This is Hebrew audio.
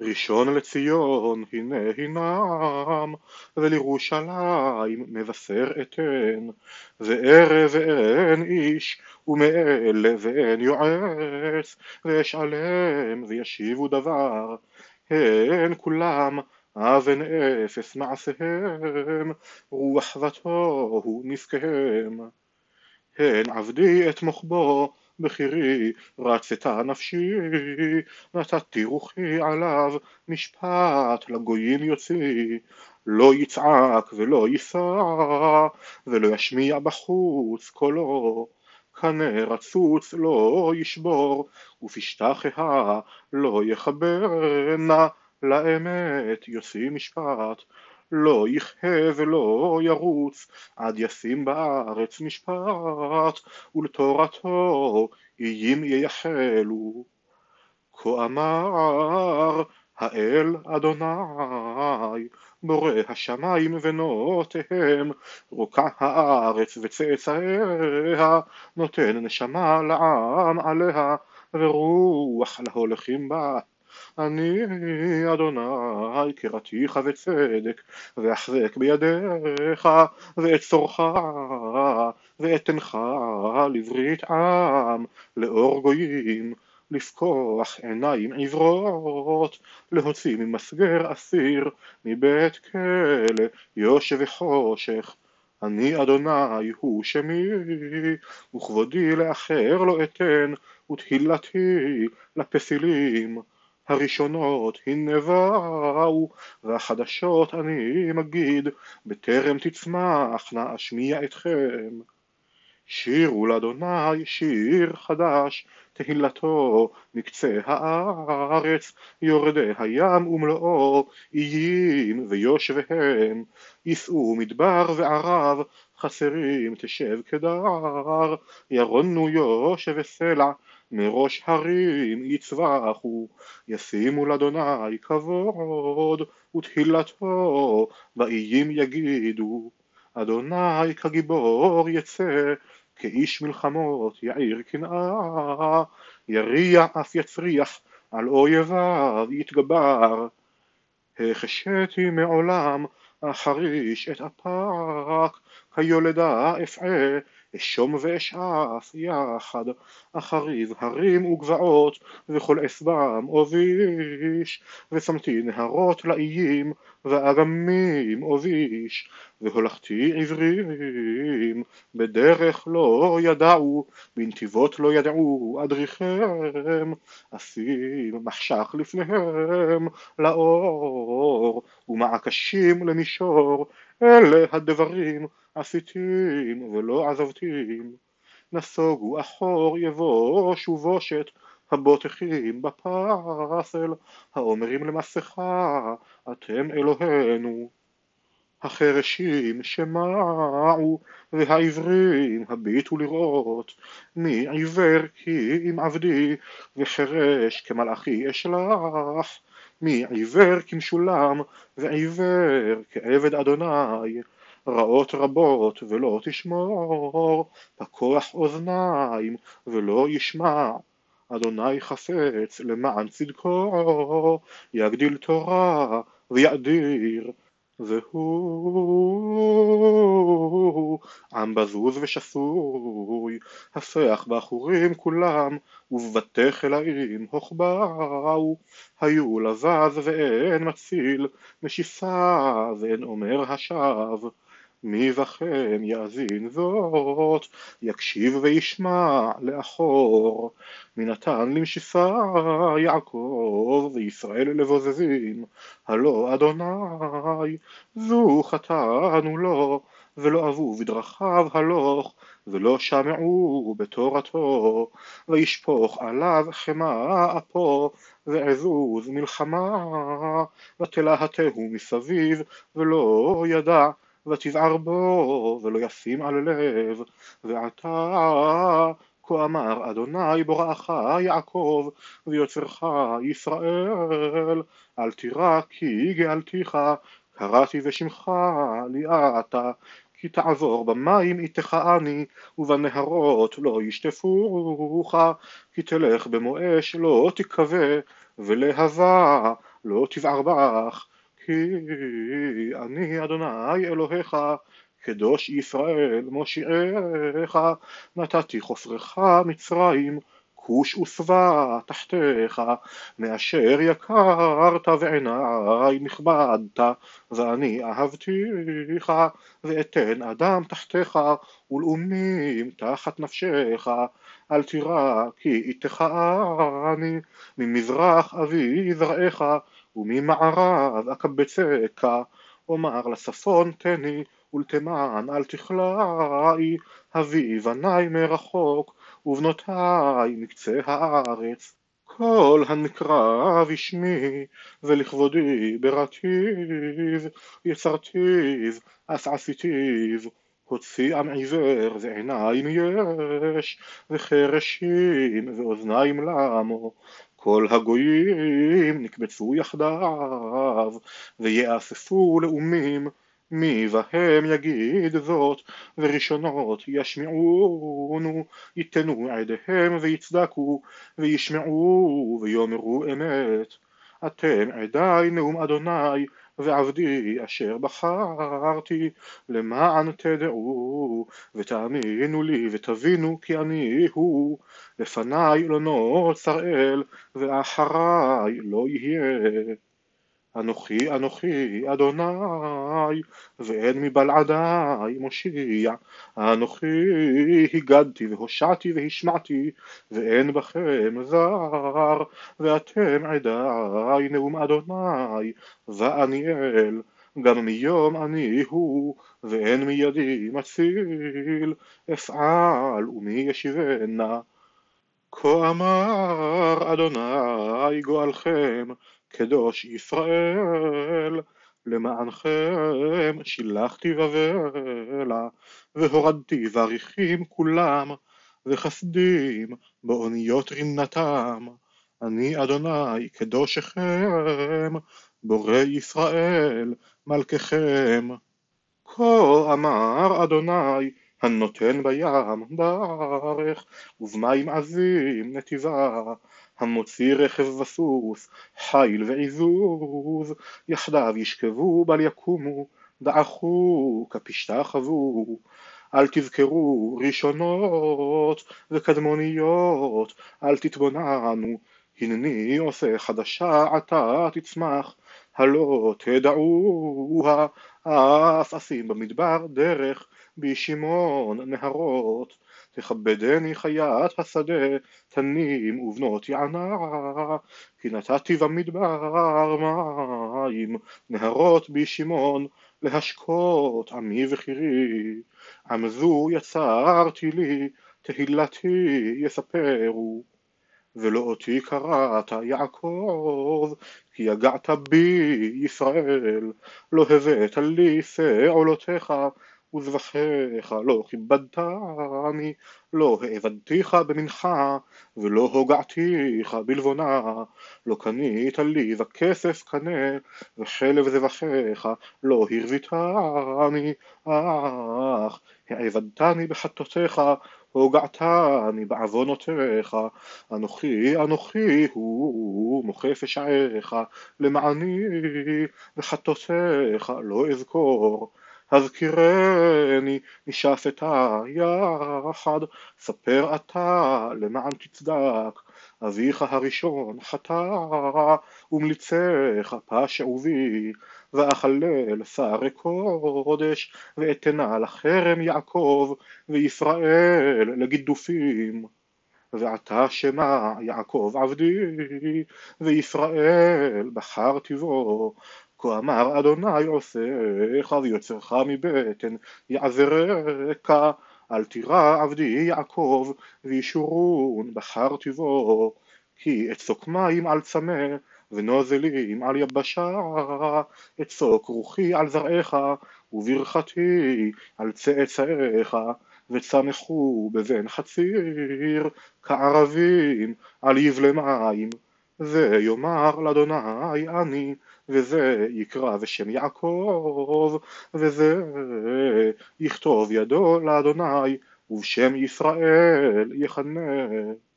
ראשון לציון הנה הנם, ולירושלים מבשר אתן, וערב ואין איש, ומאלה ואין יועץ, ואשאלם וישיבו דבר, הן כולם אבן אפס מעשיהם, רוח ותוהו נזקיהם. הן עבדי אתמוך בו, בחירי רצתה נפשי, נתתי רוחי עליו, משפט לגויים יוציא. לא יצעק ולא יישא, ולא ישמיע בחוץ קולו, קנה רצוץ לא ישבור, ופשטחיה לא יכברנה, לאמת יוציא משפט. לא יכהה ולא ירוץ, עד ישים בארץ משפט, ולתורתו איים ייחלו. כה אמר האל אדוני, בורא השמיים ונותיהם, רוקע הארץ וצאצאיה, נותן נשמה לעם עליה, ורוח להולכים בה. אני אדוני קראתיך וצדק, ואחזק בידיך, ואצורך, ואתנך לברית עם, לאור גויים, לפקוח עיניים עברות, להוציא ממסגר אסיר, מבית כלא יושב וחושך. אני אדוני הוא שמי, וכבודי לאחר לא אתן, ותהילתי לפסילים. הראשונות הנה באו, והחדשות אני מגיד, בטרם תצמחנה אשמיע אתכם. שירו לאדוני שיר חדש, תהילתו מקצה הארץ, יורדי הים ומלואו, איים ויושביהם, יישאו מדבר וערב, חסרים תשב כדר, ירונו יושב וסלע, מראש הרים יצבחו, ישימו לאדוני כבוד, ותהילתו באיים יגידו. אדוני כגיבור יצא, כאיש מלחמות יעיר קנאה, יריע אף יצריח, על אויביו יתגבר. החשיתי מעולם, אחריש את אפק, כיולדה אפעה, אשום ואשאף יחד, אחריב הרים וגבעות, וכל אסבם אוביש, ושמתי נהרות לאיים, ואגמים אוביש, והולכתי עברים, בדרך לא ידעו, בנתיבות לא ידעו אדריכם, אשים מחשך לפניהם לאור, ומעקשים למישור, אלה הדברים עשיתים ולא עזבתים. נסוגו אחור יבוש ובושת, הבוטחים בפסל, האומרים למסכה, אתם אלוהינו. החרשים שמעו, והעברים הביטו לראות, מי עיוור כי אם עבדי, וחרש כמלאכי אשלח, מי עיוור כמשולם, ועיוור כעבד אדוני, רעות רבות ולא תשמור, פקוח אוזניים ולא ישמע, אדוני חפץ למען צדקו, יגדיל תורה ויאדיר, והוא עם בזוז ושסוי, הפך בחורים כולם, ובבתי חלאים הוחבאו, היו לבז ואין מציל, משיסה ואין אומר השב. מי בכם יאזין זאת, יקשיב וישמע לאחור, מי נתן למשיסה יעקב וישראל לבוזזים, הלא אדוני, זו חטאנו לו, ולא אבו בדרכיו הלוך, ולא שמעו בתורתו, וישפוך עליו חמה אפו, ועזוז מלחמה, ותלהטהו מסביב, ולא ידע, ותבער בו ולא ישים על לב. ועתה כה אמר אדוני בוראך יעקב, ויוצרך ישראל, אל תירא כי גאלתיך, קראתי בשמך ליאתה, כי תעבור במים איתך אני, ובנהרות לא ישטפוך, כי תלך במו אש לא תכבה, ולהבה לא תבער בך, כי אני אדוני אלוהיך, קדוש ישראל מושיעך, נתתי חופרך מצרים, כוש ושבע תחתיך, מאשר יקרת ועיניי נכבדת, ואני אהבתיך, ואתן אדם תחתיך, ולאומים תחת נפשך, אל תירא כי איתך אני, ממזרח אביא זרעך, וממערב אקבצך, אומר לצפון תני, ולתימן אל תכלאי, הביא בניי מרחוק, ובנותיי מקצה הארץ. כל הנקרא בשמי, ולכבודי בראתיו, יצרתיו, אף עשיתיו, הוציא עם עיוור ועיניים יש, וחרשים ואוזניים למו, כל הגויים נקבצו יחדיו, ויאספו לאומים, מי בהם יגיד זאת, וראשונות ישמעונו, ייתנו עדיהם ויצדקו, וישמעו ויאמרו אמת. אתם עדיי נאום אדוני, ועבדי אשר בחרתי, למען תדעו ותאמינו לי ותבינו כי אני הוא, לפניי לא נוצר אל, ואחריי לא יהיה. אנוכי אנוכי אדוני, ואין מבלעדיי מושיע. אנוכי הגדתי והושעתי והשמעתי, ואין בכם זר, ואתם עדיי נאום אדוני, ואני אל, גם מיום אני הוא, ואין מידי מציל, אפעל ומי ישיבנה. כה אמר אדוני גואלכם, קדוש ישראל, למענכם שילחתי בבלה, והורדתי בריחים כולם, וחסדים באוניות רינתם. אני אדוני קדושכם, בורא ישראל מלככם. כה אמר אדוני, הנותן בים ברך, ובמים עזים נתיבה, המוציא רכב וסוס, חיל ועזוז, יחדיו ישכבו בל יקומו, דעכו כפשתה חבו. אל תזכרו ראשונות וקדמוניות, אל תתבוננו, הנני עושה חדשה עתה תצמח, הלא תדעוה, אף אשים במדבר דרך, בישימון נהרות. תכבדני חיית השדה, תנים ובנות יענה, כי נתתי במדבר מים, נהרות בישימון, להשקות עמי וחירי. עם זו יצרתי לי, תהילתי יספרו. ולא אותי קראת יעקב, כי יגעת בי ישראל, לא הבאת לי פעולותיך, וזבחיך לא כיבדתני, לא העבדתיך במנחה, ולא הוגעתיך בלבונה, לא קנית לי בכסף קנה, וחלב זבחיך לא הרביתני, אך העבדתני בחטאותיך, הוגעתני בעוונותיך. אנוכי אנוכי הוא מוחה פשעיך, למעני וחטאותיך לא אזכור. הזכירני נשאפתה יחד, ספר אתה למען תצדק. אביך הראשון חטא, ומליצך פשעו בי, ואכלל שרי קודש, ואתנה לחרם יעקב, וישראל לגידופים. ועתה שמע יעקב עבדי, וישראל בחרתי בו. כה אמר אדוני עושך, ויוצרך מבטן יעזרך, אל תירא עבדי יעקב, וישורון בחרתי בו. כי אצוק מים על צמא, ונוזלים על יבשה, אצוק רוחי על זרעך, וברכתי על צאצאיך, וצמחו בבן חציר, כערבים על יבלי מים. זה יאמר לאדוני אני, וזה יקרא בשם יעקב, וזה יכתוב ידו לאדוני, ובשם ישראל יכנה.